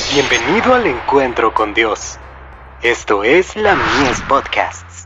Bienvenido al encuentro con Dios. Esto es la Mies Podcasts.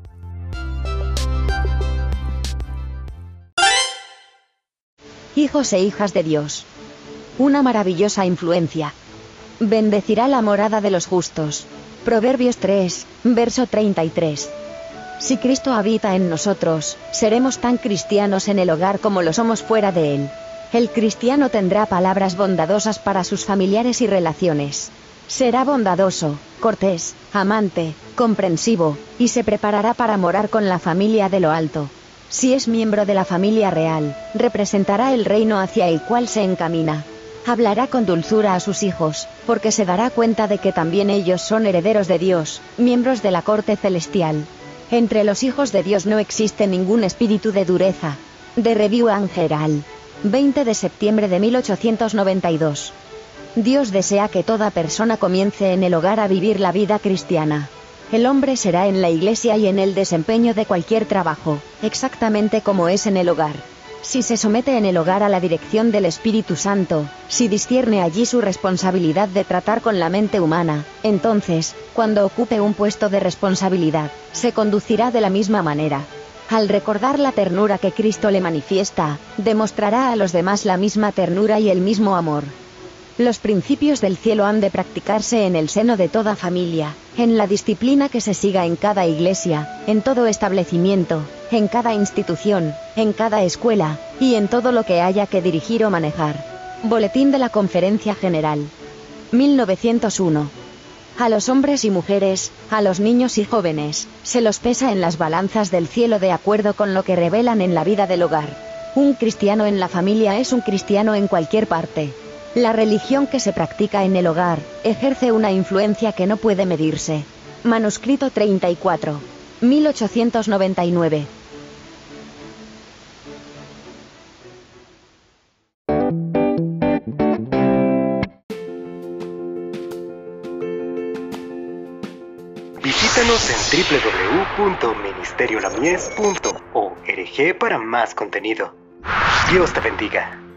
Hijos e hijas de Dios. Una maravillosa influencia. Bendecirá la morada de los justos. Proverbios 3, verso 33. Si Cristo habita en nosotros, seremos tan cristianos en el hogar como lo somos fuera de él. El cristiano tendrá palabras bondadosas para sus familiares y relaciones. Será bondadoso, cortés, amante, comprensivo, y se preparará para morar con la familia de lo alto. Si es miembro de la familia real, representará el reino hacia el cual se encamina. Hablará con dulzura a sus hijos, porque se dará cuenta de que también ellos son herederos de Dios, miembros de la corte celestial. Entre los hijos de Dios no existe ningún espíritu de dureza. De Review and Herald. 20 de septiembre de 1892. Dios desea que toda persona comience en el hogar a vivir la vida cristiana. El hombre será en la iglesia y en el desempeño de cualquier trabajo, exactamente como es en el hogar. Si se somete en el hogar a la dirección del Espíritu Santo, si discierne allí su responsabilidad de tratar con la mente humana, entonces, cuando ocupe un puesto de responsabilidad, se conducirá de la misma manera. Al recordar la ternura que Cristo le manifiesta, demostrará a los demás la misma ternura y el mismo amor. Los principios del cielo han de practicarse en el seno de toda familia, en la disciplina que se siga en cada iglesia, en todo establecimiento, en cada institución, en cada escuela, y en todo lo que haya que dirigir o manejar. Boletín de la Conferencia General. 1901. A los hombres y mujeres, a los niños y jóvenes, se los pesa en las balanzas del cielo de acuerdo con lo que revelan en la vida del hogar. Un cristiano en la familia es un cristiano en cualquier parte. La religión que se practica en el hogar, ejerce una influencia que no puede medirse. Manuscrito 34. 1899. Visítanos en www.ministeriolamies.org para más contenido. Dios te bendiga.